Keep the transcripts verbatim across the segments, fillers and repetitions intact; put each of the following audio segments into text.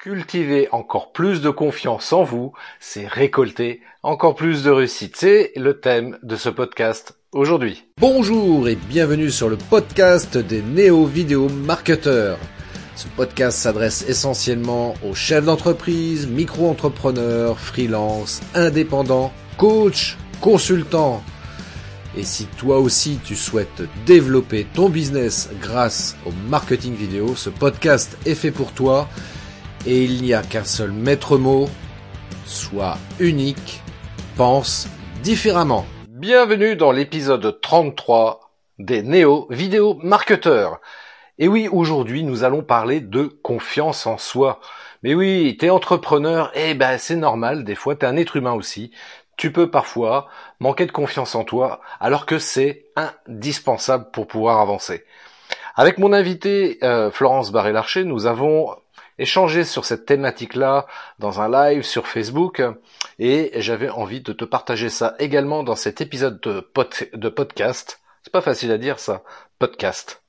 Cultiver encore plus de confiance en vous, c'est récolter encore plus de réussite. C'est le thème de ce podcast aujourd'hui. Bonjour et bienvenue sur le podcast des néo-vidéo marketeurs. Ce podcast s'adresse essentiellement aux chefs d'entreprise, micro-entrepreneurs, freelance, indépendants, coachs, consultants. Et si toi aussi tu souhaites développer ton business grâce au marketing vidéo, ce podcast est fait pour toi. Et il n'y a qu'un seul maître mot, sois unique, pense différemment. Bienvenue dans l'épisode trente-trois des néo-vidéo marketeurs. Et oui, aujourd'hui nous allons parler de confiance en soi. Mais oui, t'es entrepreneur, et ben c'est normal, des fois t'es un être humain aussi. Tu peux parfois manquer de confiance en toi, alors que c'est indispensable pour pouvoir avancer. Avec mon invité euh, Florence Barré-Larcher, nous avons échangé sur cette thématique-là dans un live sur Facebook, et j'avais envie de te partager ça également dans cet épisode de, pod- de podcast. C'est pas facile à dire ça, podcast.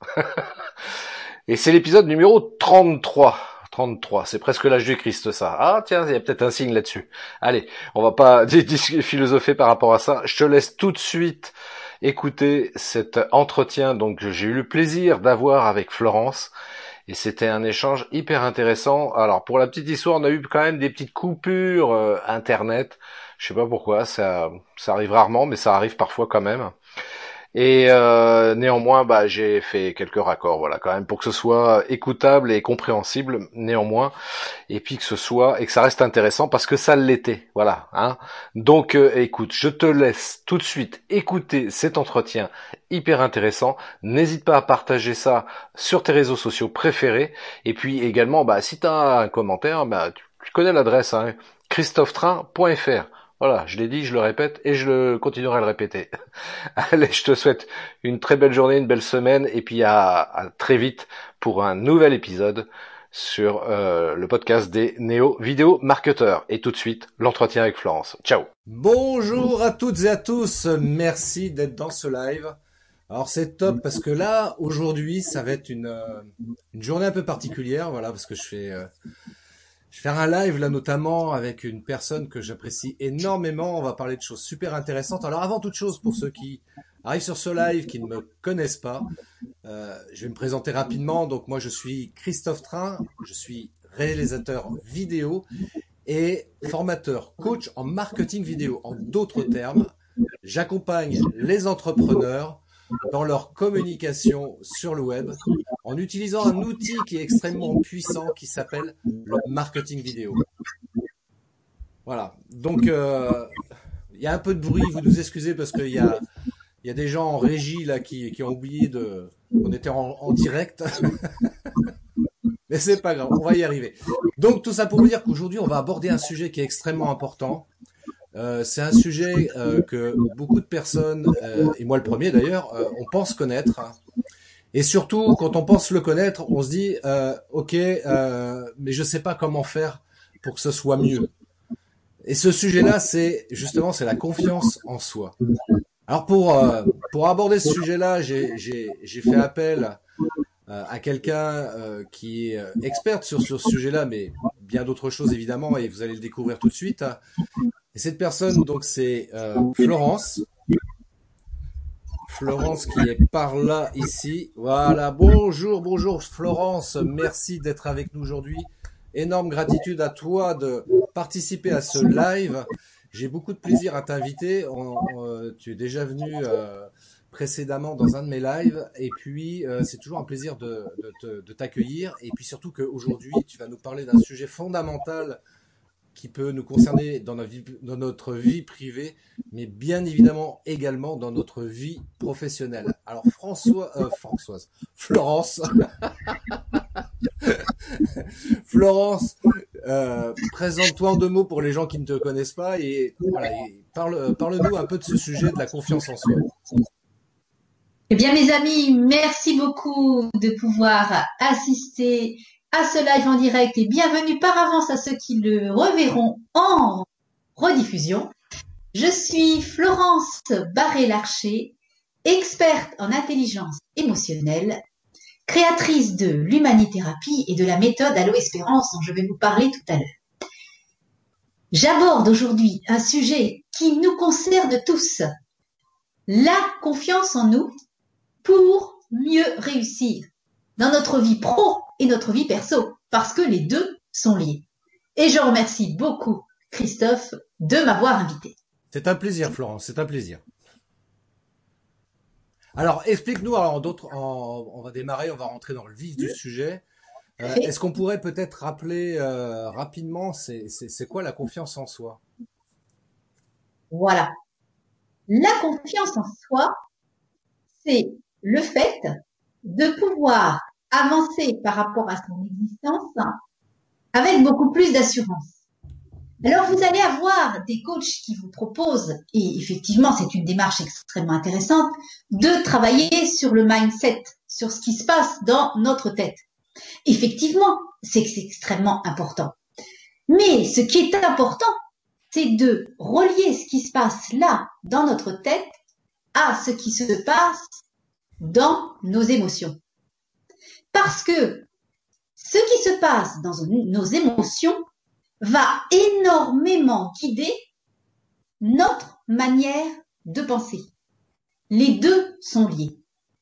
Et c'est l'épisode numéro trente-trois. trente-trois, c'est presque l'âge du Christ ça. Ah tiens, il y a peut-être un signe là-dessus. Allez, on va pas philosopher par rapport à ça. Je te laisse tout de suite écouter cet entretien donc que j'ai eu le plaisir d'avoir avec Florence. Et c'était un échange hyper intéressant. Alors pour la petite histoire, on a eu quand même des petites coupures euh, internet. Je sais pas pourquoi, ça ça arrive rarement, mais ça arrive parfois quand même. Et euh, néanmoins, bah j'ai fait quelques raccords, voilà, quand même pour que ce soit écoutable et compréhensible, néanmoins, et puis que ce soit et que ça reste intéressant parce que ça l'était, voilà. Hein. Donc, euh, écoute, je te laisse tout de suite écouter cet entretien hyper intéressant. N'hésite pas à partager ça sur tes réseaux sociaux préférés, et puis également, bah si t'as un commentaire, bah tu, tu connais l'adresse, hein, christophe train point f r. Voilà, je l'ai dit, je le répète et je le continuerai à le répéter. Allez, je te souhaite une très belle journée, une belle semaine et puis à, à très vite pour un nouvel épisode sur euh, le podcast des néo-vidéo marketeurs. Et tout de suite, l'entretien avec Florence. Ciao. Bonjour à toutes et à tous, merci d'être dans ce live. Alors c'est top parce que là, aujourd'hui, ça va être une, euh, une journée un peu particulière, voilà, parce que je fais... Euh, Je vais faire un live là notamment avec une personne que j'apprécie énormément. On va parler de choses super intéressantes. Alors avant toute chose, pour ceux qui arrivent sur ce live, qui ne me connaissent pas, euh, je vais me présenter rapidement. Donc moi je suis Christophe Train, je suis réalisateur vidéo et formateur coach en marketing vidéo. En d'autres termes, j'accompagne les entrepreneurs dans leur communication sur le web en utilisant un outil qui est extrêmement puissant qui s'appelle le marketing vidéo. Voilà. Donc, euh, il y a un peu de bruit, vous nous excusez parce qu'il y a, il y a des gens en régie là qui, qui ont oublié de, qu'on était en, en direct. Mais c'est pas grave, on va y arriver. Donc, tout ça pour vous dire qu'aujourd'hui, on va aborder un sujet qui est extrêmement important. Euh, c'est un sujet euh, que beaucoup de personnes, euh, et moi le premier d'ailleurs, euh, on pense connaître. Et surtout, quand on pense le connaître, on se dit, euh, ok, euh, mais je sais pas comment faire pour que ce soit mieux. Et ce sujet-là, c'est justement, c'est la confiance en soi. Alors pour euh, pour aborder ce sujet-là, j'ai j'ai j'ai fait appel euh, à quelqu'un euh, qui est experte sur sur ce sujet-là, mais bien d'autres choses évidemment, et vous allez le découvrir tout de suite. Et cette personne, donc, c'est euh, Florence. Florence qui est par là, ici. Voilà, bonjour, bonjour Florence. Merci d'être avec nous aujourd'hui. Énorme gratitude à toi de participer à ce live. J'ai beaucoup de plaisir à t'inviter. On, on, tu es déjà venu euh, précédemment dans un de mes lives. Et puis, euh, c'est toujours un plaisir de, de, de, de t'accueillir. Et puis surtout qu'aujourd'hui, tu vas nous parler d'un sujet fondamental qui peut nous concerner dans notre vie, dans notre vie privée, mais bien évidemment également dans notre vie professionnelle. Alors François, euh, Françoise, Florence, Florence, euh, présente-toi en deux mots pour les gens qui ne te connaissent pas et voilà, et parle, parle-nous un peu de ce sujet de la confiance en soi. Eh bien, mes amis, merci beaucoup de pouvoir assister à ce live en direct et bienvenue par avance à ceux qui le reverront en rediffusion. Je suis Florence Barré-Larcher, experte en intelligence émotionnelle, créatrice de l'humanithérapie et de la méthode Allo Espérance dont je vais vous parler tout à l'heure. J'aborde aujourd'hui un sujet qui nous concerne tous, la confiance en nous pour mieux réussir dans notre vie pro et notre vie perso, parce que les deux sont liés. Et je remercie beaucoup Christophe de m'avoir invité. C'est un plaisir, Florence, c'est un plaisir. Alors, explique-nous, alors, d'autres, en- on va démarrer, on va rentrer dans le vif du sujet. Euh, Fait. est-ce qu'on pourrait peut-être rappeler euh, rapidement, c'est, c'est, c'est quoi la confiance en soi? Voilà. La confiance en soi, c'est le fait de pouvoir avancer par rapport à son existence avec beaucoup plus d'assurance. Alors, vous allez avoir des coachs qui vous proposent, et effectivement, c'est une démarche extrêmement intéressante, de travailler sur le mindset, sur ce qui se passe dans notre tête. Effectivement, c'est que c'est extrêmement important. Mais ce qui est important, c'est de relier ce qui se passe là, dans notre tête, à ce qui se passe dans nos émotions. Parce que ce qui se passe dans nos émotions va énormément guider notre manière de penser. Les deux sont liés.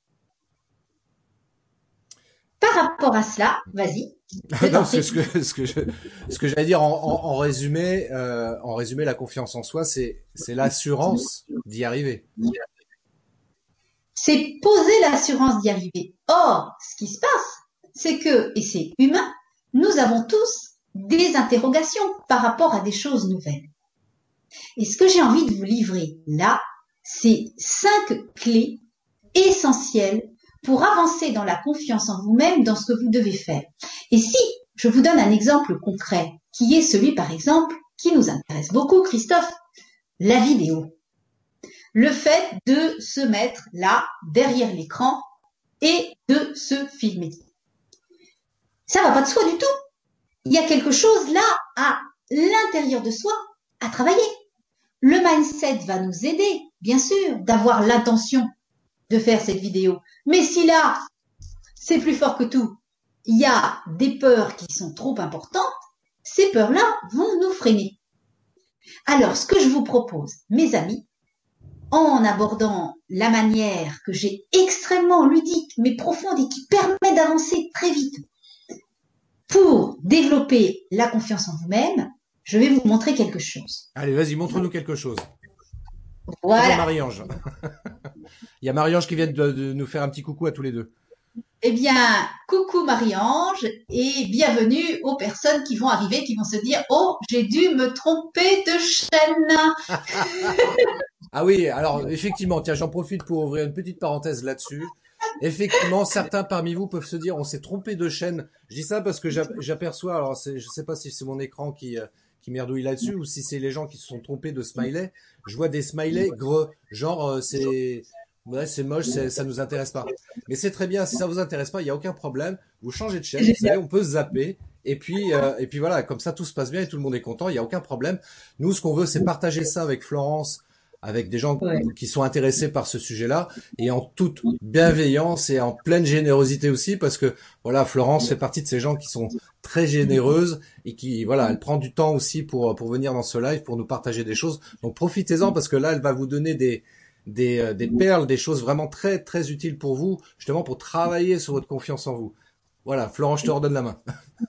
Par rapport à cela, vas-y. je t'en Non, c'est prie. ce que ce que je, ce que j'allais dire en, en, en résumé, euh, en résumé, la confiance en soi, c'est c'est l'assurance d'y arriver. C'est poser l'assurance d'y arriver. Or, ce qui se passe, c'est que, et c'est humain, nous avons tous des interrogations par rapport à des choses nouvelles. Et ce que j'ai envie de vous livrer là, c'est cinq clés essentielles pour avancer dans la confiance en vous-même dans ce que vous devez faire. Et si je vous donne un exemple concret, qui est celui, par exemple, qui nous intéresse beaucoup, Christophe, la vidéo. Le fait de se mettre là, derrière l'écran, et de se filmer. Ça va pas de soi du tout. Il y a quelque chose là, à l'intérieur de soi, à travailler. Le mindset va nous aider, bien sûr, d'avoir l'intention de faire cette vidéo. Mais si là, c'est plus fort que tout, il y a des peurs qui sont trop importantes, ces peurs-là vont nous freiner. Alors, ce que je vous propose, mes amis, en abordant la manière que j'ai extrêmement ludique, mais profonde et qui permet d'avancer très vite pour développer la confiance en vous-même, je vais vous montrer quelque chose. Allez, vas-y, montre-nous quelque chose. Bonjour Voilà. Marie-Ange. Il y a Marie-Ange qui vient de, de nous faire un petit coucou à tous les deux. Eh bien, coucou Marie-Ange et bienvenue aux personnes qui vont arriver, qui vont se dire « Oh, j'ai dû me tromper de chaîne !» Ah oui, alors effectivement, tiens, j'en profite pour ouvrir une petite parenthèse là-dessus. Effectivement, certains parmi vous peuvent se dire on s'est trompé de chaîne. Je dis ça parce que j'a- j'aperçois, alors c'est, je sais pas si c'est mon écran qui, euh, qui merdouille là-dessus ou si c'est les gens qui se sont trompés de smiley. Je vois des smileys gros, genre euh, c'est ouais, c'est moche, c'est, ça nous intéresse pas. Mais c'est très bien, si ça vous intéresse pas, il y a aucun problème. Vous changez de chaîne, vous savez, on peut zapper. Et puis, euh, et puis voilà, comme ça tout se passe bien et tout le monde est content, il y a aucun problème. Nous, ce qu'on veut, c'est partager ça avec Florence, avec des gens Ouais. qui sont intéressés par ce sujet-là, et en toute bienveillance et en pleine générosité aussi, parce que voilà, Florence fait partie de ces gens qui sont très généreuses et qui voilà, elle prend du temps aussi pour pour venir dans ce live pour nous partager des choses. Donc profitez-en parce que là, elle va vous donner des des euh, des perles, des choses vraiment très très utiles pour vous, justement pour travailler sur votre confiance en vous. Voilà, Florence, je te redonne la main.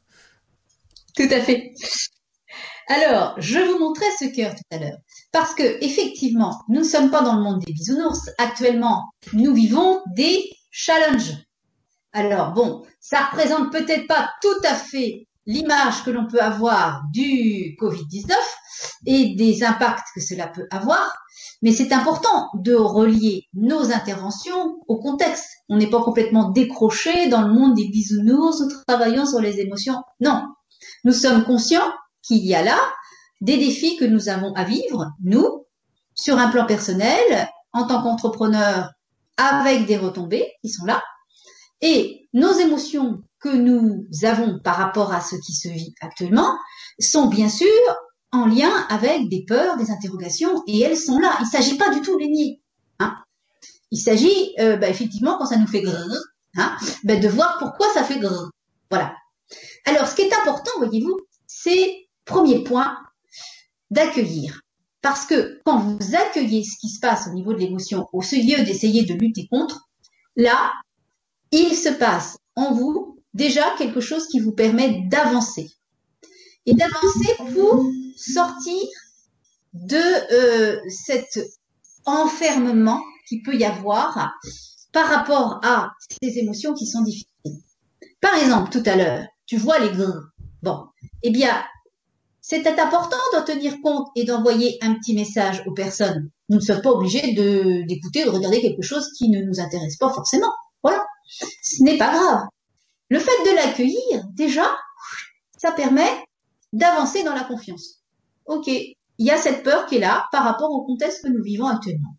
Tout à fait. Alors, je vous montrais ce cœur tout à l'heure. Parce que, effectivement, nous ne sommes pas dans le monde des bisounours. Actuellement, nous vivons des challenges. Alors, bon, ça représente peut-être pas tout à fait l'image que l'on peut avoir du covid dix-neuf et des impacts que cela peut avoir, mais c'est important de relier nos interventions au contexte. On n'est pas complètement décroché dans le monde des bisounours, nous travaillons sur les émotions. Non, nous sommes conscients qu'il y a là des défis que nous avons à vivre, nous, sur un plan personnel, en tant qu'entrepreneur, avec des retombées qui sont là, et nos émotions que nous avons par rapport à ce qui se vit actuellement sont bien sûr en lien avec des peurs, des interrogations, et elles sont là. Il ne s'agit pas du tout de les nier. Hein. Il s'agit, euh, bah, effectivement, quand ça nous fait grrr, hein, ben de voir pourquoi ça fait grrr. Voilà. Alors, ce qui est important, voyez-vous, c'est, premier point, d'accueillir. Parce que quand vous accueillez ce qui se passe au niveau de l'émotion, au lieu d'essayer de lutter contre, là, il se passe en vous déjà quelque chose qui vous permet d'avancer. Et d'avancer pour sortir de euh, cet enfermement qu'il peut y avoir par rapport à ces émotions qui sont difficiles. Par exemple, tout à l'heure, tu vois les grrr. Bon, eh bien, c'est important d'en tenir compte et d'envoyer un petit message aux personnes. Nous ne sommes pas obligés de, d'écouter, de regarder quelque chose qui ne nous intéresse pas forcément. Voilà. Ce n'est pas grave. Le fait de l'accueillir, déjà, ça permet d'avancer dans la confiance. Ok, il y a cette peur qui est là par rapport au contexte que nous vivons actuellement.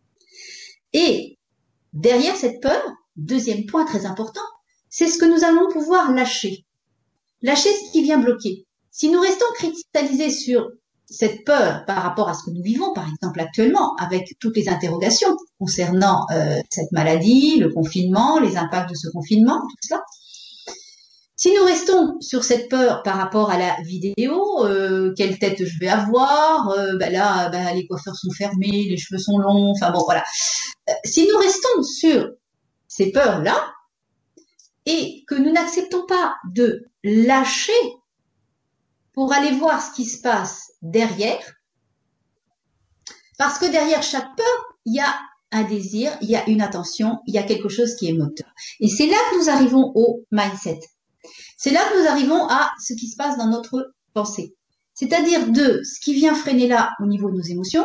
Et derrière cette peur, deuxième point très important, c'est ce que nous allons pouvoir lâcher. Lâcher ce qui vient bloquer. Si nous restons cristallisés sur cette peur par rapport à ce que nous vivons, par exemple actuellement, avec toutes les interrogations concernant euh, cette maladie, le confinement, les impacts de ce confinement, tout cela, si nous restons sur cette peur par rapport à la vidéo, euh, quelle tête je vais avoir, euh, bah là, bah, les coiffeurs sont fermés, les cheveux sont longs, enfin bon, voilà. Euh, si nous restons sur ces peurs-là et que nous n'acceptons pas de lâcher pour aller voir ce qui se passe derrière, parce que derrière chaque peur, il y a un désir, il y a une attention, il y a quelque chose qui est moteur. Et c'est là que nous arrivons au mindset. C'est là que nous arrivons à ce qui se passe dans notre pensée. C'est-à-dire de ce qui vient freiner là au niveau de nos émotions,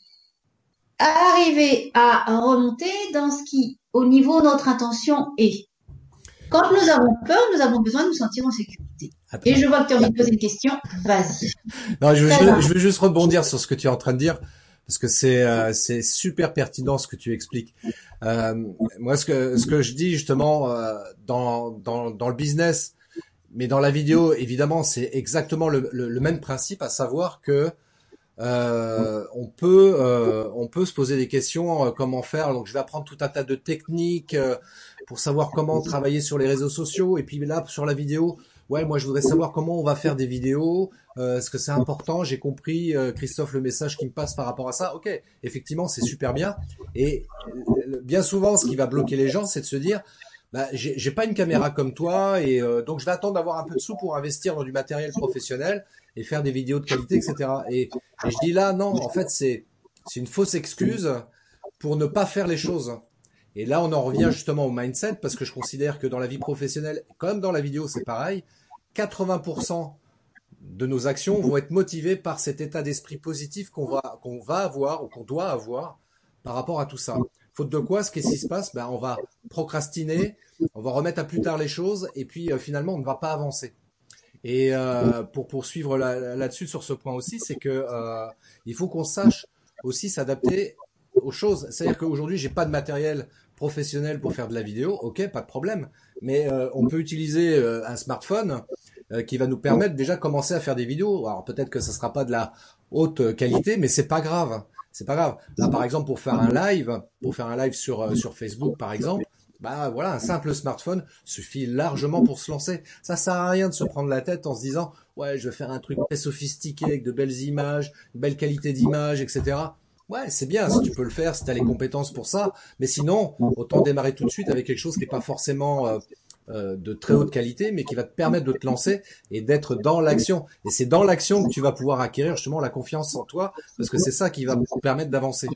à arriver à remonter dans ce qui, au niveau de notre intention, est. Quand nous avons peur, nous avons besoin de nous sentir en sécurité. Attends. Et je vois que tu as envie de poser une question. Vas-y. Non, je veux, juste, je veux juste rebondir sur ce que tu es en train de dire, parce que c'est euh, c'est super pertinent ce que tu expliques. Euh, moi, ce que ce que je dis justement euh, dans dans dans le business, mais dans la vidéo, évidemment, c'est exactement le, le, le même principe, à savoir que euh, on peut euh, on peut se poser des questions, euh, comment faire. Donc, je vais apprendre tout un tas de techniques euh, pour savoir comment travailler sur les réseaux sociaux. Et puis là, sur la vidéo, ouais, moi, je voudrais savoir comment on va faire des vidéos. Euh, est-ce que c'est important? J'ai compris, euh, Christophe, le message qui me passe par rapport à ça. Ok, effectivement, c'est super bien. Et euh, bien souvent, ce qui va bloquer les gens, c'est de se dire, bah, j'ai, j'ai pas une caméra comme toi, et euh, donc je vais attendre d'avoir un peu de sous pour investir dans du matériel professionnel et faire des vidéos de qualité, et cetera. Et, et je dis là, non, en fait, c'est c'est une fausse excuse pour ne pas faire les choses. Et là, on en revient justement au mindset, parce que je considère que dans la vie professionnelle, comme dans la vidéo, c'est pareil, quatre-vingts pour cent de nos actions vont être motivées par cet état d'esprit positif qu'on va qu'on va avoir ou qu'on doit avoir par rapport à tout ça. Faute de quoi, ce qu'est-ce qui se passe? Ben, on va procrastiner, on va remettre à plus tard les choses, et puis euh, finalement, on ne va pas avancer. Et euh, pour poursuivre là, là-dessus sur ce point aussi, c'est que euh, il faut qu'on sache aussi s'adapter aux choses. C'est-à-dire qu'aujourd'hui, j'ai pas de matériel professionnel pour faire de la vidéo, ok, pas de problème. Mais euh, on peut utiliser euh, un smartphone euh, qui va nous permettre déjà de commencer à faire des vidéos. Alors peut-être que ça sera pas de la haute qualité, mais c'est pas grave. C'est pas grave. Là, par exemple, pour faire un live, pour faire un live sur euh, sur Facebook, par exemple, bah voilà, un simple smartphone suffit largement pour se lancer. Ça sert à rien de se prendre la tête en se disant ouais, je vais faire un truc très sophistiqué avec de belles images, une belle qualité d'image, et cetera. Ouais, c'est bien si tu peux le faire, si tu as les compétences pour ça. Mais sinon, autant démarrer tout de suite avec quelque chose qui n'est pas forcément euh, euh, de très haute qualité, mais qui va te permettre de te lancer et d'être dans l'action. Et c'est dans l'action que tu vas pouvoir acquérir justement la confiance en toi, parce que c'est ça qui va te permettre d'avancer.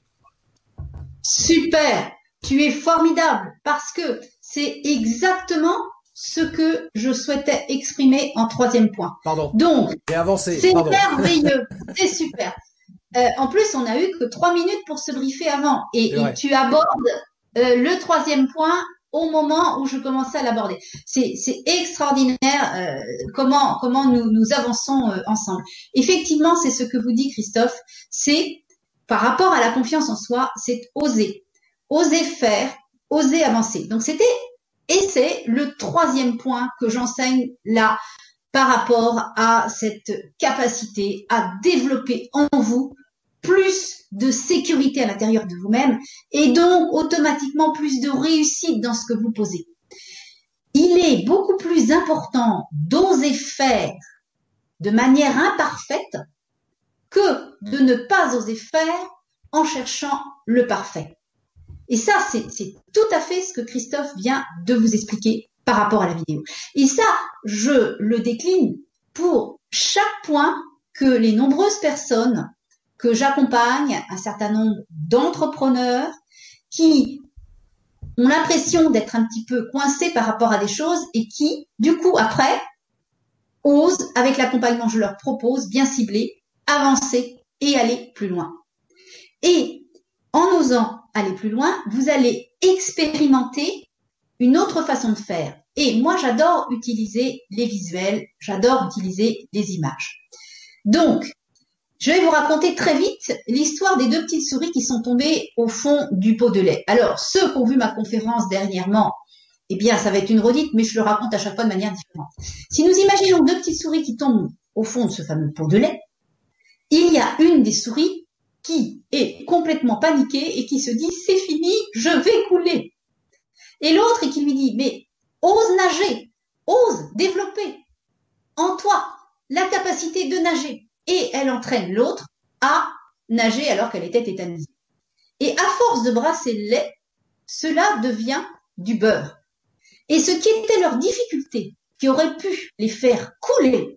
Super, tu es formidable, parce que c'est exactement ce que je souhaitais exprimer en troisième point. Pardon. Donc, j'ai avancé. C'est Pardon. merveilleux, c'est super. Euh, en plus, on a eu que trois minutes pour se briefer avant, et, et tu abordes euh, le troisième point au moment où je commençais à l'aborder. C'est, c'est extraordinaire euh, comment comment nous nous avançons euh, ensemble. Effectivement, c'est ce que vous dit Christophe. C'est par rapport à la confiance en soi, c'est oser, oser faire, oser avancer. Donc c'était et c'est le troisième point que j'enseigne là par rapport à cette capacité à développer en vous plus de sécurité à l'intérieur de vous-même et donc automatiquement plus de réussite dans ce que vous posez. il est beaucoup plus important d'oser faire de manière imparfaite que de ne pas oser faire en cherchant le parfait. Et ça, c'est, c'est tout à fait ce que Christophe vient de vous expliquer par rapport à la vidéo. Et ça, je le décline pour chaque point que les nombreuses personnes que j'accompagne, un certain nombre d'entrepreneurs qui ont l'impression d'être un petit peu coincés par rapport à des choses et qui, du coup, après, osent, avec l'accompagnement que je leur propose, bien ciblé, avancer et aller plus loin. Et en osant aller plus loin, vous allez expérimenter une autre façon de faire. Et moi, j'adore utiliser les visuels, j'adore utiliser les images. Donc, je vais vous raconter très vite l'histoire des deux petites souris qui sont tombées au fond du pot de lait. Alors, ceux qui ont vu ma conférence dernièrement, eh bien, ça va être une redite, mais je le raconte à chaque fois de manière différente. Si nous imaginons deux petites souris qui tombent au fond de ce fameux pot de lait, il y a une des souris qui est complètement paniquée et qui se dit « c'est fini, je vais couler ». Et l'autre qui lui dit « mais ose nager, ose développer en toi la capacité de nager ». Et elle entraîne l'autre à nager alors qu'elle était tétanisée. Et à force de brasser le lait, cela devient du beurre. Et ce qui était leur difficulté, qui aurait pu les faire couler,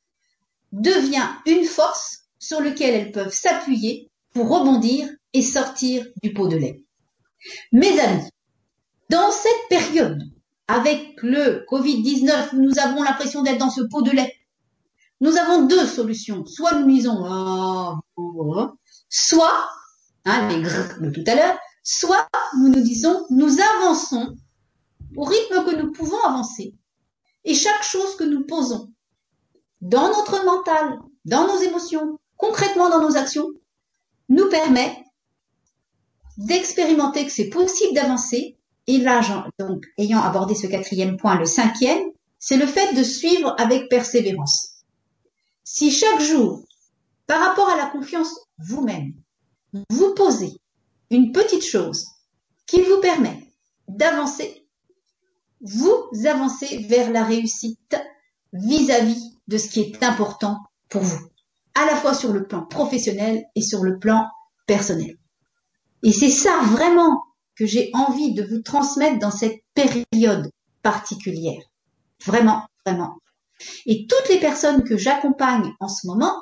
devient une force sur laquelle elles peuvent s'appuyer pour rebondir et sortir du pot de lait. Mes amis, dans cette période, avec le covid dix-neuf, nous avons l'impression d'être dans ce pot de lait. Nous avons deux solutions. Soit nous disons ah, oh, oh, soit, hein, les grrr de tout à l'heure, soit nous nous disons nous avançons au rythme que nous pouvons avancer. Et chaque chose que nous posons dans notre mental, dans nos émotions, concrètement dans nos actions, nous permet d'expérimenter que c'est possible d'avancer. Et là, donc, ayant abordé ce quatrième point, le cinquième, c'est le fait de suivre avec persévérance. Si chaque jour, par rapport à la confiance vous-même, vous posez une petite chose qui vous permet d'avancer, vous avancez vers la réussite vis-à-vis de ce qui est important pour vous, à la fois sur le plan professionnel et sur le plan personnel. Et c'est ça vraiment que j'ai envie de vous transmettre dans cette période particulière. Vraiment, vraiment. Et toutes les personnes que j'accompagne en ce moment,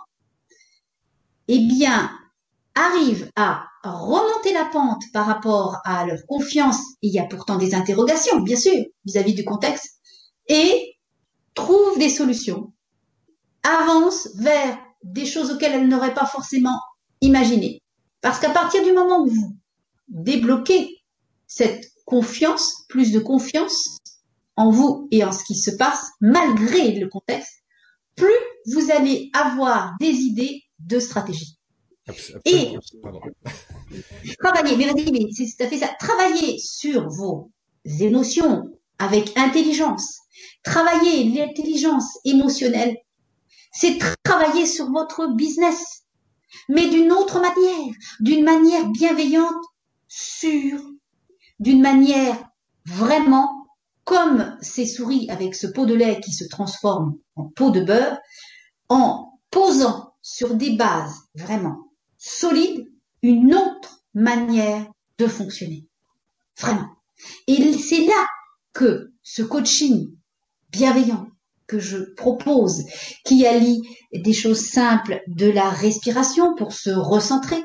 eh bien, arrivent à remonter la pente par rapport à leur confiance. Il y a pourtant des interrogations, bien sûr, vis-à-vis du contexte, et trouvent des solutions, avancent vers des choses auxquelles elles n'auraient pas forcément imaginé. Parce qu'à partir du moment où vous débloquez cette confiance, plus de confiance, en vous et en ce qui se passe, malgré le contexte, plus vous allez avoir des idées de stratégie. Absolument. Et travailler, mais vas-y, mais c'est tout à fait ça, travailler sur vos émotions avec intelligence, travailler l'intelligence émotionnelle, c'est travailler sur votre business, mais d'une autre manière, d'une manière bienveillante, sûre, d'une manière vraiment comme ces souris avec ce pot de lait qui se transforme en pot de beurre, en posant sur des bases vraiment solides une autre manière de fonctionner. Vraiment. Et c'est là que ce coaching bienveillant que je propose, qui allie des choses simples de la respiration pour se recentrer.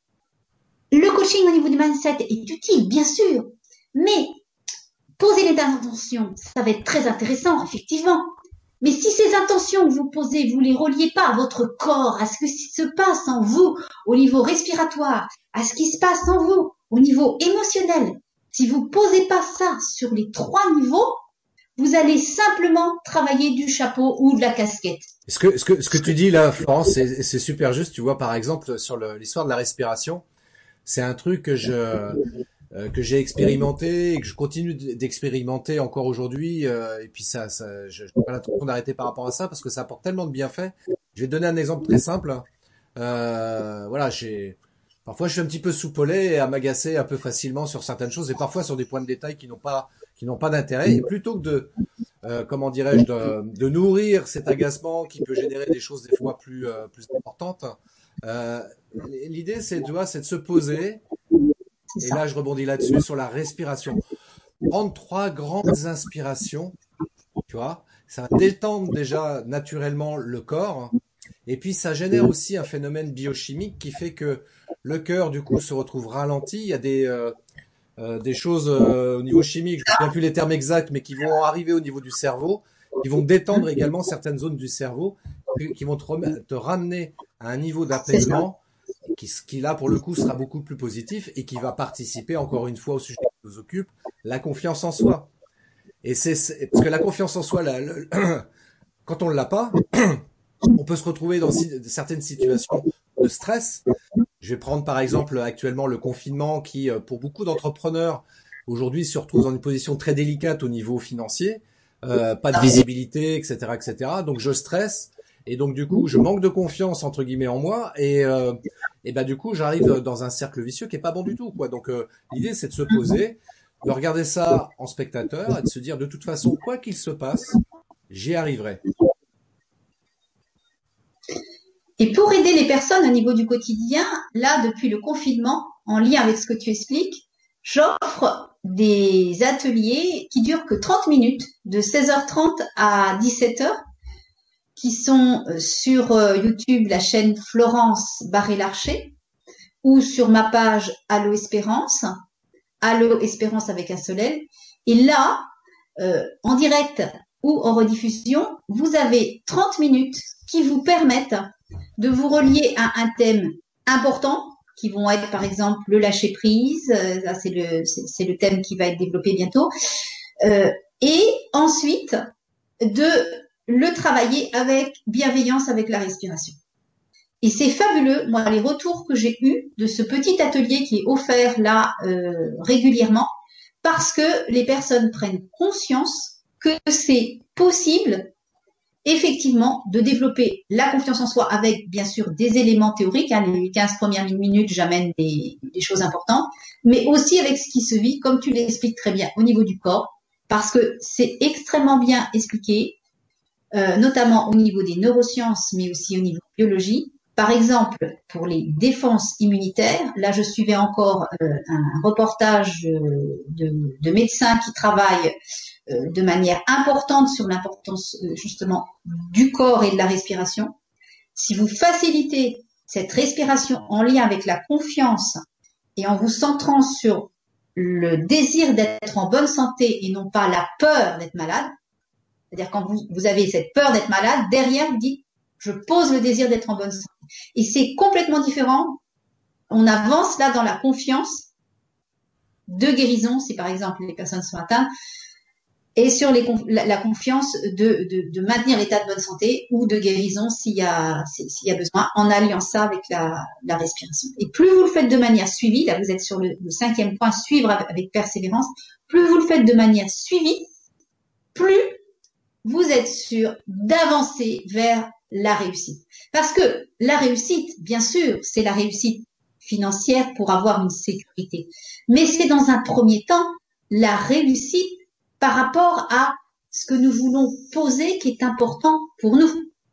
Le coaching au niveau du mindset est utile, bien sûr, mais poser les intentions, ça va être très intéressant, effectivement. Mais si ces intentions que vous posez, vous les reliez pas à votre corps, à ce qui se passe en vous au niveau respiratoire, à ce qui se passe en vous au niveau émotionnel, si vous posez pas ça sur les trois niveaux, vous allez simplement travailler du chapeau ou de la casquette. Ce que, ce que, ce que tu dis là, Florence, c'est, c'est super juste. Tu vois, par exemple, sur le, l'histoire de la respiration, c'est un truc que je, euh, que j'ai expérimenté et que je continue d'expérimenter encore aujourd'hui. Euh, et puis ça, ça, je n'ai pas l'intention d'arrêter par rapport à ça parce que ça apporte tellement de bienfaits. Je vais te donner un exemple très simple. Euh, voilà, j'ai, parfois je suis un petit peu soupolé et à m'agacer un peu facilement sur certaines choses et parfois sur des points de détail qui n'ont pas qui n'ont pas d'intérêt. Et plutôt que de, euh, comment dirais-je, de, de nourrir cet agacement qui peut générer des choses des fois plus, euh, plus importantes, euh, l'idée, c'est, tu vois, c'est de se poser. Et là, je rebondis là-dessus sur la respiration. Prendre trois grandes inspirations, tu vois, ça va détendre déjà naturellement le corps. Et puis, ça génère aussi un phénomène biochimique qui fait que le cœur, du coup, se retrouve ralenti. Il y a des, euh, euh, des choses euh, au niveau chimique, je ne me souviens plus les termes exacts, mais qui vont arriver au niveau du cerveau, qui vont détendre également certaines zones du cerveau, qui vont te, remettre, te ramener à un niveau d'apaisement qui, qui, là, pour le coup, sera beaucoup plus positif et qui va participer, encore une fois, au sujet qui nous occupe, la confiance en soi. Et c'est, c'est parce que la confiance en soi, là, le, quand on ne l'a pas, on peut se retrouver dans si, certaines situations de stress. Je vais prendre par exemple actuellement le confinement qui, pour beaucoup d'entrepreneurs, aujourd'hui se retrouve dans une position très délicate au niveau financier, euh, pas de visibilité, et cetera, et cetera. Donc je stresse et donc du coup je manque de confiance entre guillemets en moi et euh, et ben du coup j'arrive dans un cercle vicieux qui est pas bon du tout, quoi. Donc euh, l'idée c'est de se poser, de regarder ça en spectateur et de se dire de toute façon quoi qu'il se passe, j'y arriverai. Et pour aider les personnes au niveau du quotidien, là, depuis le confinement, en lien avec ce que tu expliques, j'offre des ateliers qui durent que trente minutes, de seize heures trente à dix-sept heures, qui sont sur YouTube, la chaîne Florence Barré-Larcher, ou sur ma page Allo Espérance, Allo Espérance avec un seul L. Et là, euh, en direct ou en rediffusion, vous avez trente minutes qui vous permettent de vous relier à un thème important, qui vont être par exemple le lâcher prise, euh, ça c'est le c'est, c'est le thème qui va être développé bientôt, euh, et ensuite de le travailler avec bienveillance, avec la respiration. Et c'est fabuleux, moi les retours que j'ai eus de ce petit atelier qui est offert là euh, régulièrement, parce que les personnes prennent conscience que c'est possible effectivement de développer la confiance en soi avec bien sûr des éléments théoriques, hein, les quinze premières minutes j'amène des, des choses importantes, mais aussi avec ce qui se vit, comme tu l'expliques très bien, au niveau du corps, parce que c'est extrêmement bien expliqué, euh, notamment au niveau des neurosciences, mais aussi au niveau biologie. Par exemple, pour les défenses immunitaires, là je suivais encore euh, un reportage de, de médecins qui travaillent euh, de manière importante sur l'importance euh, justement du corps et de la respiration. Si vous facilitez cette respiration en lien avec la confiance et en vous centrant sur le désir d'être en bonne santé et non pas la peur d'être malade, c'est-à-dire quand vous, vous avez cette peur d'être malade, derrière vous dites je pose le désir d'être en bonne santé. Et c'est complètement différent. On avance là dans la confiance de guérison, si par exemple les personnes sont atteintes, et sur les, la, la confiance de, de, de maintenir l'état de bonne santé ou de guérison s'il y a, s'il y a besoin, en alliant ça avec la, la respiration. Et plus vous le faites de manière suivie, là vous êtes sur le, le cinquième point, suivre avec, avec persévérance, plus vous le faites de manière suivie, plus vous êtes sûr d'avancer vers la réussite. Parce que la réussite, bien sûr, c'est la réussite financière pour avoir une sécurité. Mais c'est dans un premier temps la réussite par rapport à ce que nous voulons poser qui est important pour nous.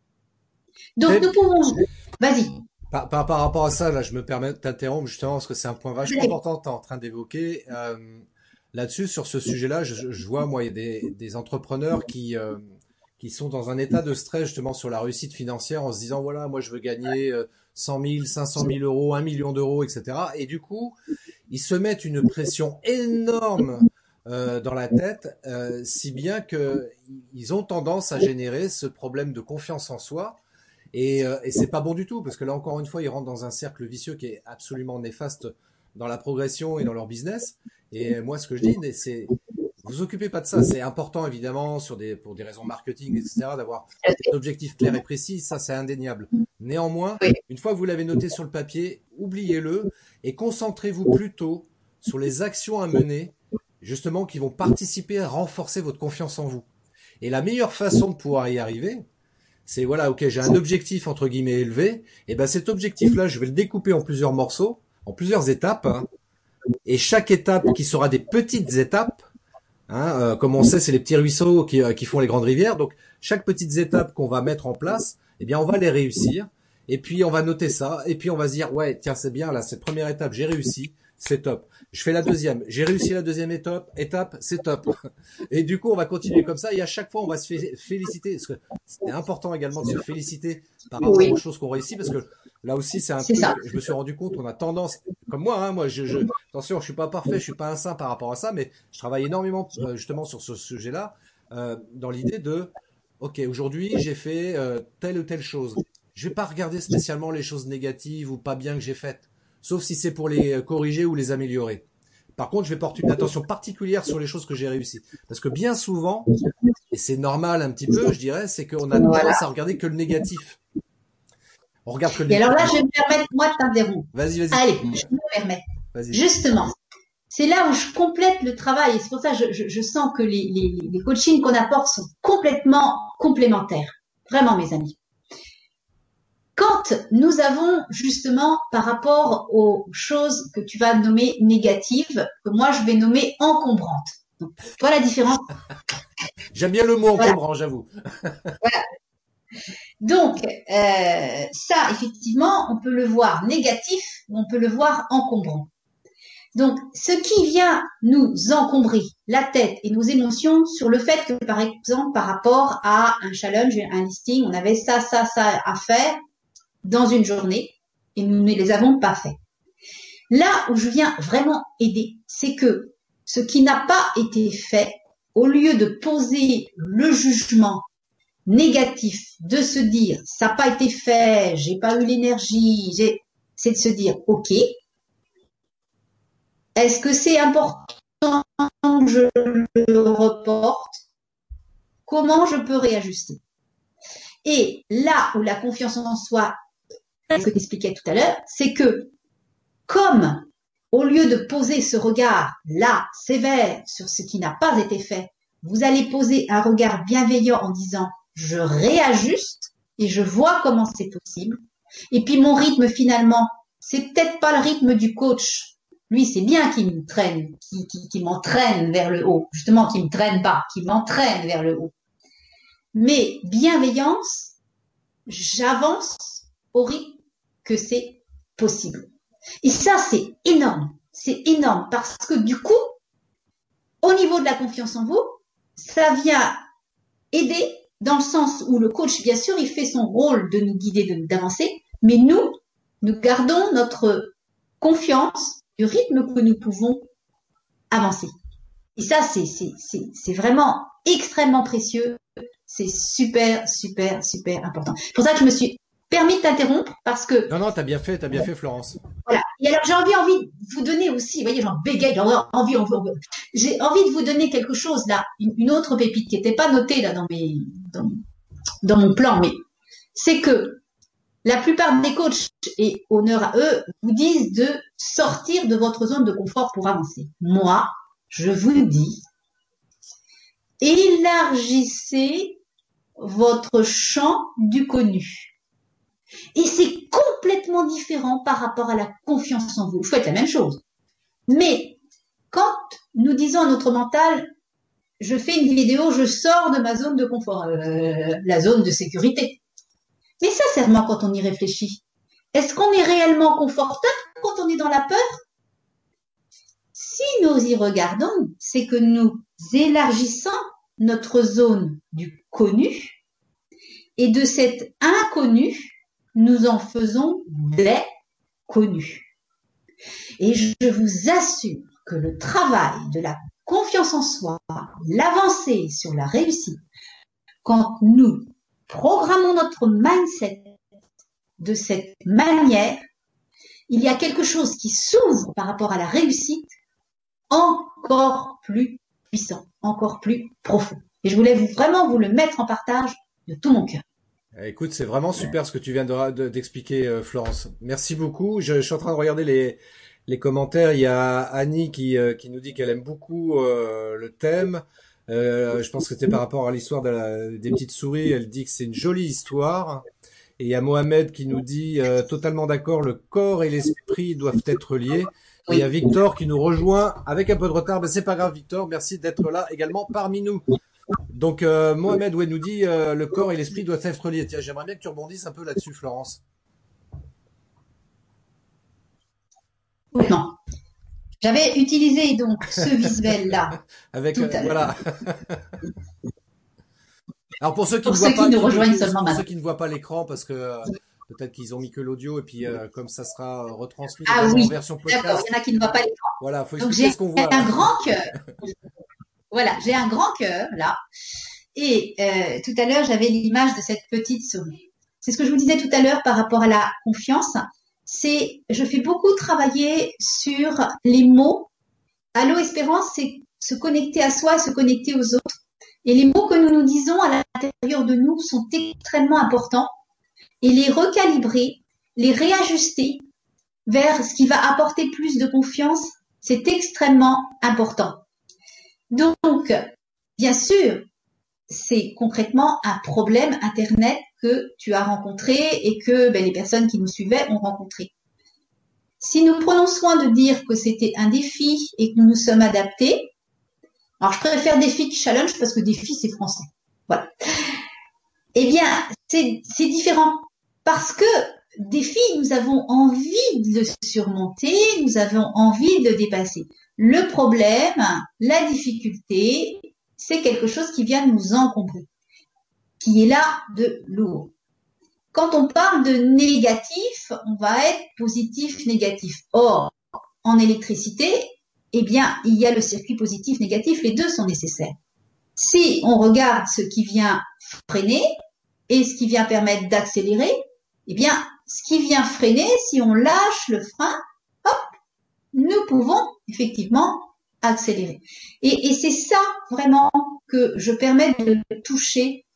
Donc et nous pouvons... Vas-y. Par, par, par rapport à ça, là, je me permets de t'interrompre justement parce que c'est un point vachement Vas-y. important que tu es en train d'évoquer. Euh, là-dessus, sur ce sujet-là, je, je vois, moi, il y a des, des entrepreneurs qui... Euh, qui sont dans un état de stress justement sur la réussite financière en se disant voilà moi je veux gagner cent mille, cinq cent mille euros, un million d'euros, et cetera. Et du coup ils se mettent une pression énorme euh, dans la tête, euh, si bien que ils ont tendance à générer ce problème de confiance en soi et, euh, et c'est pas bon du tout parce que là encore une fois ils rentrent dans un cercle vicieux qui est absolument néfaste dans la progression et dans leur business. Et moi ce que je dis c'est vous occupez pas de ça, c'est important évidemment sur des pour des raisons marketing, et cetera, d'avoir un objectif clair et précis, ça c'est indéniable. Néanmoins, une fois que vous l'avez noté sur le papier, oubliez-le et concentrez-vous plutôt sur les actions à mener, justement qui vont participer à renforcer votre confiance en vous. Et la meilleure façon de pouvoir y arriver, c'est voilà, ok, j'ai un objectif entre guillemets élevé, et ben cet objectif-là, je vais le découper en plusieurs morceaux, en plusieurs étapes, hein, et chaque étape qui sera des petites étapes Hein, euh, comme on sait, c'est les petits ruisseaux qui, euh, qui font les grandes rivières. Donc, chaque petite étape qu'on va mettre en place, eh bien, on va les réussir. Et puis, on va noter ça. Et puis, on va se dire, ouais, tiens, c'est bien, là, cette première étape, j'ai réussi. C'est top. Je fais la deuxième. J'ai réussi la deuxième étape. Étape, c'est top. Et du coup, on va continuer comme ça. Et à chaque fois, on va se fé- féliciter. Parce que c'est important également de se féliciter par rapport Oui, aux choses qu'on réussit. Parce que là aussi, c'est un c'est truc, ça. je me suis rendu compte, on a tendance, comme moi, hein, moi, je, je, attention, je suis pas parfait, je suis pas un saint par rapport à ça, mais je travaille énormément euh, justement sur ce sujet-là, euh, dans l'idée de, ok, aujourd'hui, j'ai fait euh, telle ou telle chose. Je vais pas regarder spécialement les choses négatives ou pas bien que j'ai faites, sauf si c'est pour les corriger ou les améliorer. Par contre, je vais porter une attention particulière sur les choses que j'ai réussies. Parce que bien souvent, et c'est normal un petit peu, je dirais, c'est qu'on a Voilà. tendance à regarder que le négatif. On regarde que le Et alors là, négatif. je vais me permettre, moi, de t'interrompre. Vas-y, vas-y, Allez, je me permets. vas-y. Justement, c'est là où je complète le travail. Et c'est pour ça que je, je, je sens que les, les, les coachings qu'on apporte sont complètement complémentaires. Vraiment, mes amis. Quand nous avons justement par rapport aux choses que tu vas nommer négatives, que moi je vais nommer encombrantes. Donc, toi la différence. J'aime bien le mot Voilà. encombrant, j'avoue. Voilà. Donc euh, ça, effectivement, on peut le voir négatif ou on peut le voir encombrant. Donc, ce qui vient nous encombrer la tête et nos émotions sur le fait que, par exemple, par rapport à un challenge, un listing, on avait ça, ça, ça à faire dans une journée et nous ne les avons pas fait. Là où je viens vraiment aider, c'est que ce qui n'a pas été fait, au lieu de poser le jugement négatif, de se dire ça n'a pas été fait, j'ai pas eu l'énergie, j'ai... c'est de se dire ok, est-ce que c'est important que je le reporte? Comment je peux réajuster? Et là où la confiance en soi, ce que tu expliquais tout à l'heure, c'est que comme au lieu de poser ce regard là, sévère, sur ce qui n'a pas été fait, vous allez poser un regard bienveillant en disant je réajuste et je vois comment c'est possible. Et puis mon rythme finalement, c'est peut-être pas le rythme du coach. Lui, c'est bien qu'il me traîne, qu'il, qu'il, qu'il m'entraîne vers le haut. Justement, qu'il me traîne pas, qu'il m'entraîne vers le haut. Mais bienveillance, j'avance au rythme que c'est possible. Et ça, c'est énorme. C'est énorme parce que du coup, au niveau de la confiance en vous, ça vient aider dans le sens où le coach, bien sûr, il fait son rôle de nous guider, de, d'avancer, mais nous, nous gardons notre confiance du rythme que nous pouvons avancer. Et ça, c'est, c'est, c'est, c'est vraiment extrêmement précieux. C'est super, super, super important. C'est pour ça que je me suis permis de t'interrompre parce que... Non, non, t'as bien fait, t'as bien fait, Florence. Voilà. Et alors, j'ai envie, envie de vous donner aussi, vous voyez, j'en bégaye, j'ai envie, envie, envie, j'ai envie de vous donner quelque chose là, une, une autre pépite qui n'était pas notée là dans mes, dans, dans mon plan, mais c'est que la plupart des coachs, et honneur à eux, vous disent de sortir de votre zone de confort pour avancer. Moi, je vous dis, élargissez votre champ du connu. Et c'est complètement différent par rapport à la confiance en vous. Vous faites la même chose. Mais quand nous disons à notre mental, je fais une vidéo, je sors de ma zone de confort, euh, la zone de sécurité. Mais sincèrement, quand on y réfléchit, est-ce qu'on est réellement confortable quand on est dans la peur? Si nous y regardons, c'est que nous élargissons notre zone du connu et de cet inconnu, nous en faisons des connus. Et je vous assure que le travail de la confiance en soi, l'avancée sur la réussite, quand nous programmons notre mindset de cette manière, il y a quelque chose qui s'ouvre par rapport à la réussite encore plus puissant, encore plus profond. Et je voulais vraiment vous le mettre en partage de tout mon cœur. Écoute, c'est vraiment super ce que tu viens de, de, d'expliquer, euh, Florence. Merci beaucoup. Je, je suis en train de regarder les, les commentaires. Il y a Annie qui, euh, qui nous dit qu'elle aime beaucoup euh, le thème. Euh, je pense que c'était par rapport à l'histoire de la, des petites souris. Elle dit que c'est une jolie histoire. Et il y a Mohamed qui nous dit euh, totalement d'accord, le corps et l'esprit doivent être liés. Il y a Victor qui nous rejoint avec un peu de retard, mais c'est pas grave Victor, merci d'être là également parmi nous. Donc euh, Mohamed ouais, nous dit euh, le corps et l'esprit doivent être liés. Tiens, j'aimerais bien que tu rebondisses un peu là-dessus, Florence. Non. J'avais utilisé donc ce visuel là. Avec euh, voilà. Alors pour ceux qui pour ne voient ceux pas, qui nous qui, rejoignent pour seulement ceux qui ne voient pas l'écran, parce que euh, peut-être qu'ils ont mis que l'audio et puis euh, comme ça sera retransmis ah oui, en version podcast. D'accord, il y en a qui ne voient pas l'écran. Voilà, faut donc expliquer j'ai ce qu'on voit. un Là. grand cœur. Voilà, j'ai un grand cœur là. Et euh, tout à l'heure, j'avais l'image de cette petite souris. C'est ce que je vous disais tout à l'heure par rapport à la confiance. C'est, je fais beaucoup travailler sur les mots. Allo Espérance, c'est se connecter à soi et se connecter aux autres. Et les mots que nous nous disons à l'intérieur de nous sont extrêmement importants. Et les recalibrer, les réajuster vers ce qui va apporter plus de confiance, c'est extrêmement important. Donc, bien sûr, c'est concrètement un problème Internet que tu as rencontré et que ben, les personnes qui nous suivaient ont rencontré. Si nous prenons soin de dire que c'était un défi et que nous nous sommes adaptés, alors je préfère défi que challenge parce que défi c'est français. Voilà. Eh bien, c'est, c'est différent parce que défi, nous avons envie de le surmonter, nous avons envie de le dépasser. Le problème, la difficulté, c'est quelque chose qui vient nous encombrer, qui est là de lourd. Quand on parle de négatif, on va être positif, négatif. Or, en électricité, eh bien, il y a le circuit positif, négatif, les deux sont nécessaires. Si on regarde ce qui vient freiner et ce qui vient permettre d'accélérer, eh bien, ce qui vient freiner, si on lâche le frein, hop, nous pouvons effectivement accélérer. Et, et c'est ça vraiment que je permets de toucher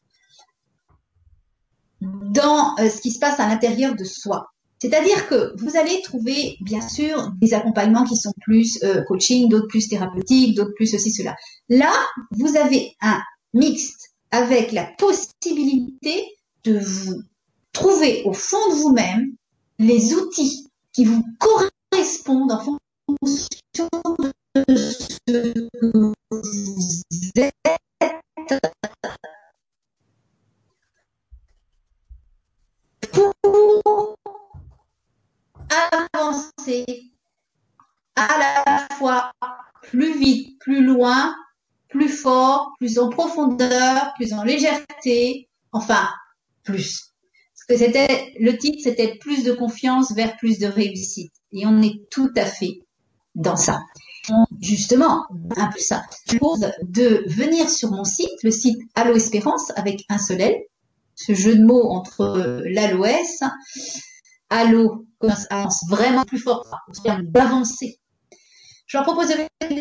dans euh, ce qui se passe à l'intérieur de soi. C'est-à-dire que vous allez trouver, bien sûr, des accompagnements qui sont plus euh, coaching, d'autres plus thérapeutiques, d'autres plus ceci, cela. Là, vous avez un mixte avec la possibilité de vous trouver au fond de vous-même les outils qui vous correspondent en fonction de ce que vous êtes pour avancer à la fois plus vite, plus loin, plus fort, plus en profondeur, plus en légèreté, enfin, plus. Parce que c'était, le titre, c'était plus de confiance vers plus de réussite. Et on est tout à fait dans ça. Justement, un peu ça. Je vous propose de venir sur mon site, le site Allo Espérance avec un seul L, ce jeu de mots entre l'aloès, Allo, avance vraiment plus fort, en termes d'avancer. Je leur propose de venir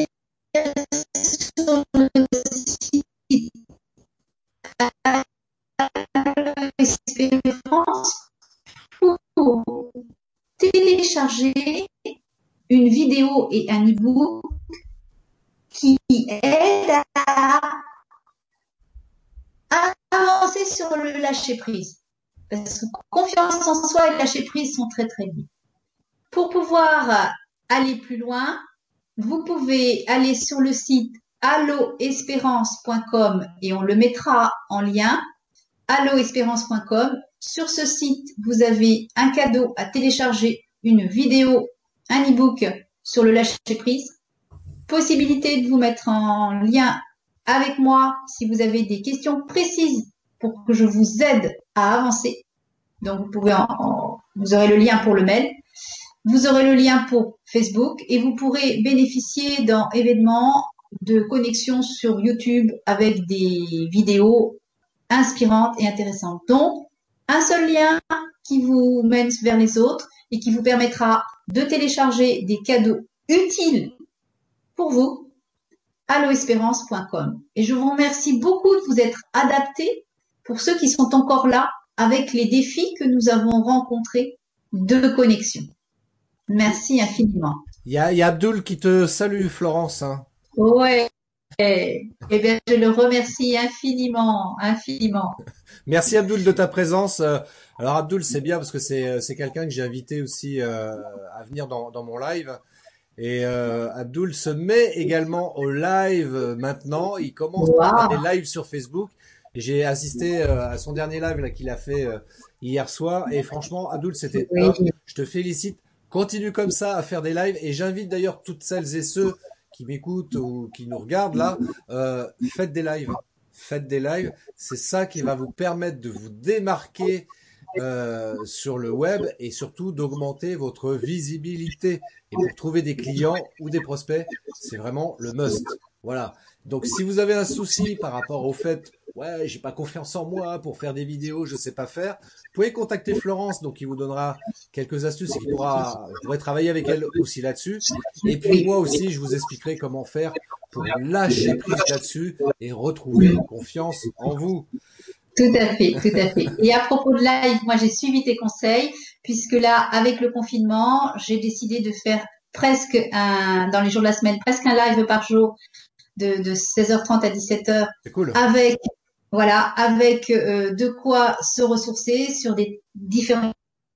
sur le site Allo Espérance pour télécharger une vidéo et un e-book qui aide à avancer sur le lâcher prise. Parce que confiance en soi et lâcher prise sont très très liés. Pour pouvoir aller plus loin, vous pouvez aller sur le site allo espérance point com et on le mettra en lien, allo espérance point com. Sur ce site, vous avez un cadeau à télécharger, une vidéo, un e-book sur le lâcher prise, possibilité de vous mettre en lien avec moi si vous avez des questions précises pour que je vous aide à avancer. Donc, vous pouvez en, en, vous aurez le lien pour le mail, vous aurez le lien pour Facebook et vous pourrez bénéficier d'un événement de connexion sur YouTube avec des vidéos inspirantes et intéressantes. Donc, un seul lien qui vous mène vers les autres et qui vous permettra de télécharger des cadeaux utiles pour vous, allo espérance point com. Et je vous remercie beaucoup de vous être adaptés pour ceux qui sont encore là avec les défis que nous avons rencontrés de connexion. Merci infiniment. Il y a, il y a Abdul qui te salue, Florence. Hein. Ouais. Eh bien, je le remercie infiniment, infiniment. Merci Abdul de ta présence. Alors Abdul, c'est bien parce que c'est c'est quelqu'un que j'ai invité aussi euh, à venir dans, dans mon live. Et euh, Abdul se met également au live euh, maintenant. Il commence Wow. à faire des lives sur Facebook. Et j'ai assisté euh, à son dernier live là qu'il a fait euh, hier soir. Et franchement, Abdul, c'était Oui. top. Je te félicite. Continue comme ça à faire des lives. Et j'invite d'ailleurs toutes celles et ceux qui m'écoutent ou qui nous regardent là, euh, faites des lives. Faites des lives. C'est ça qui va vous permettre de vous démarquer euh, sur le web et surtout d'augmenter votre visibilité. Et pour trouver des clients ou des prospects, c'est vraiment le must. Voilà. Donc, si vous avez un souci par rapport au fait, ouais, j'ai pas confiance en moi pour faire des vidéos, je sais pas faire, vous pouvez contacter Florence, donc il vous donnera quelques astuces et qui pourra, vous pourrez travailler avec elle aussi là-dessus. Et puis moi aussi, je vous expliquerai comment faire pour lâcher prise là-dessus et retrouver confiance en vous. Tout à fait, tout à fait. Et à propos de live, moi j'ai suivi tes conseils, puisque là, avec le confinement, j'ai décidé de faire presque un, dans les jours de la semaine, presque un live par jour de, de seize heures trente à dix-sept heures. C'est cool. Avec, voilà, avec euh, de quoi se ressourcer sur des différents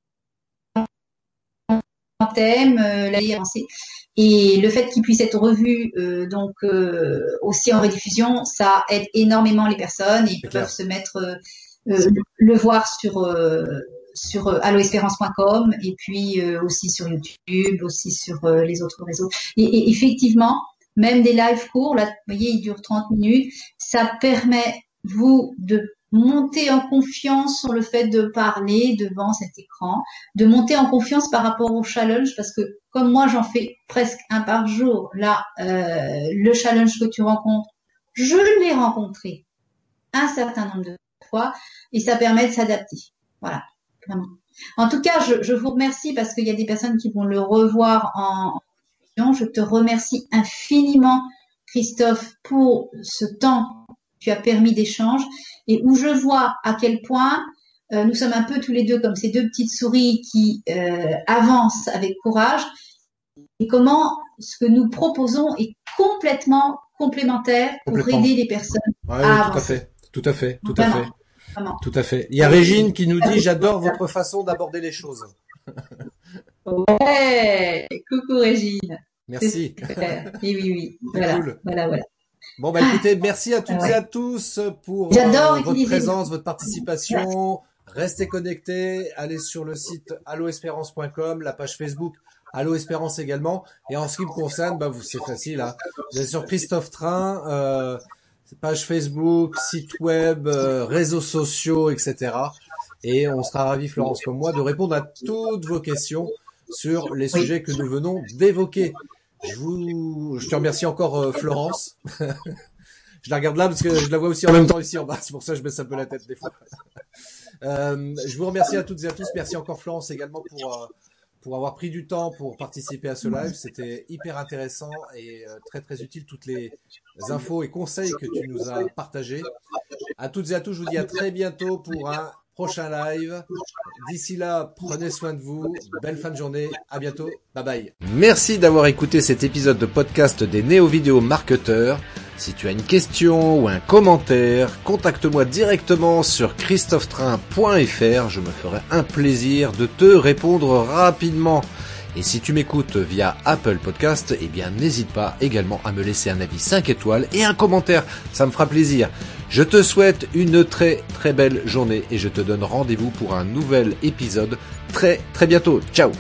thèmes, euh, la avancée. Et le fait qu'il puisse être revu euh, donc euh, aussi en rediffusion, ça aide énormément les personnes. Ils C'est peuvent clair. se mettre euh, euh, le voir sur euh, sur euh, allo espérance point com et puis euh, aussi sur YouTube, aussi sur euh, les autres réseaux. Et, et effectivement, même des lives courts, là, vous voyez, ils durent trente minutes, ça permet vous de monter en confiance sur le fait de parler devant cet écran, de monter en confiance par rapport au challenge, parce que comme moi j'en fais presque un par jour, là, euh, le challenge que tu rencontres, je l'ai rencontré un certain nombre de fois et ça permet de s'adapter. Voilà, vraiment. En tout cas, je, je vous remercie parce qu'il y a des personnes qui vont le revoir en, en je te remercie infiniment, Christophe, pour ce temps que tu as permis d'échange et où je vois à quel point euh, nous sommes un peu tous les deux comme ces deux petites souris qui euh, avancent avec courage et comment ce que nous proposons est complètement complémentaire pour Complètement. aider les personnes Ouais, à oui, tout à avancer. fait. Tout à fait. Tout à Vraiment, fait. vraiment. Tout à fait. Il y a Régine qui nous dit, j'adore votre façon d'aborder les choses. Ouais, coucou Régine. Merci. C'est super. Oui, oui, oui. C'est Voilà, cool. voilà, voilà. Bon, bah écoutez, merci à toutes Ah ouais. et à tous pour J'adore euh, votre utiliser- présence, votre participation. Restez connectés, allez sur le site allo espérance point com, la page Facebook Allo Espérance également. Et en ce qui me concerne, bah vous, c'est facile. Hein. Vous allez sur Christophe Train, euh, page Facebook, site web, euh, réseaux sociaux, et cetera. Et on sera ravis, Florence comme moi, de répondre à toutes vos questions sur les Oui. sujets que nous venons d'évoquer. Je vous, je te remercie encore, euh, Florence. Je la regarde là parce que je la vois aussi en même temps ici en bas. C'est pour ça que je baisse un peu la tête des fois. Euh, je vous remercie à toutes et à tous. Merci encore Florence également pour euh, pour avoir pris du temps pour participer à ce live. C'était hyper intéressant et euh, très très utile toutes les infos et conseils que tu nous as partagés. À toutes et à tous, je vous dis à très bientôt pour un prochain live. D'ici là, prenez soin de vous. Belle fin de journée. À bientôt. Bye bye. Merci d'avoir écouté cet épisode de podcast des Néo-Vidéo Marketeurs. Si tu as une question ou un commentaire, contacte-moi directement sur christophe train point f r. Je me ferai un plaisir de te répondre rapidement. Et si tu m'écoutes via Apple Podcast, eh bien n'hésite pas également à me laisser un avis cinq étoiles et un commentaire. Ça me fera plaisir. Je te souhaite une très très belle journée et je te donne rendez-vous pour un nouvel épisode très très bientôt. Ciao!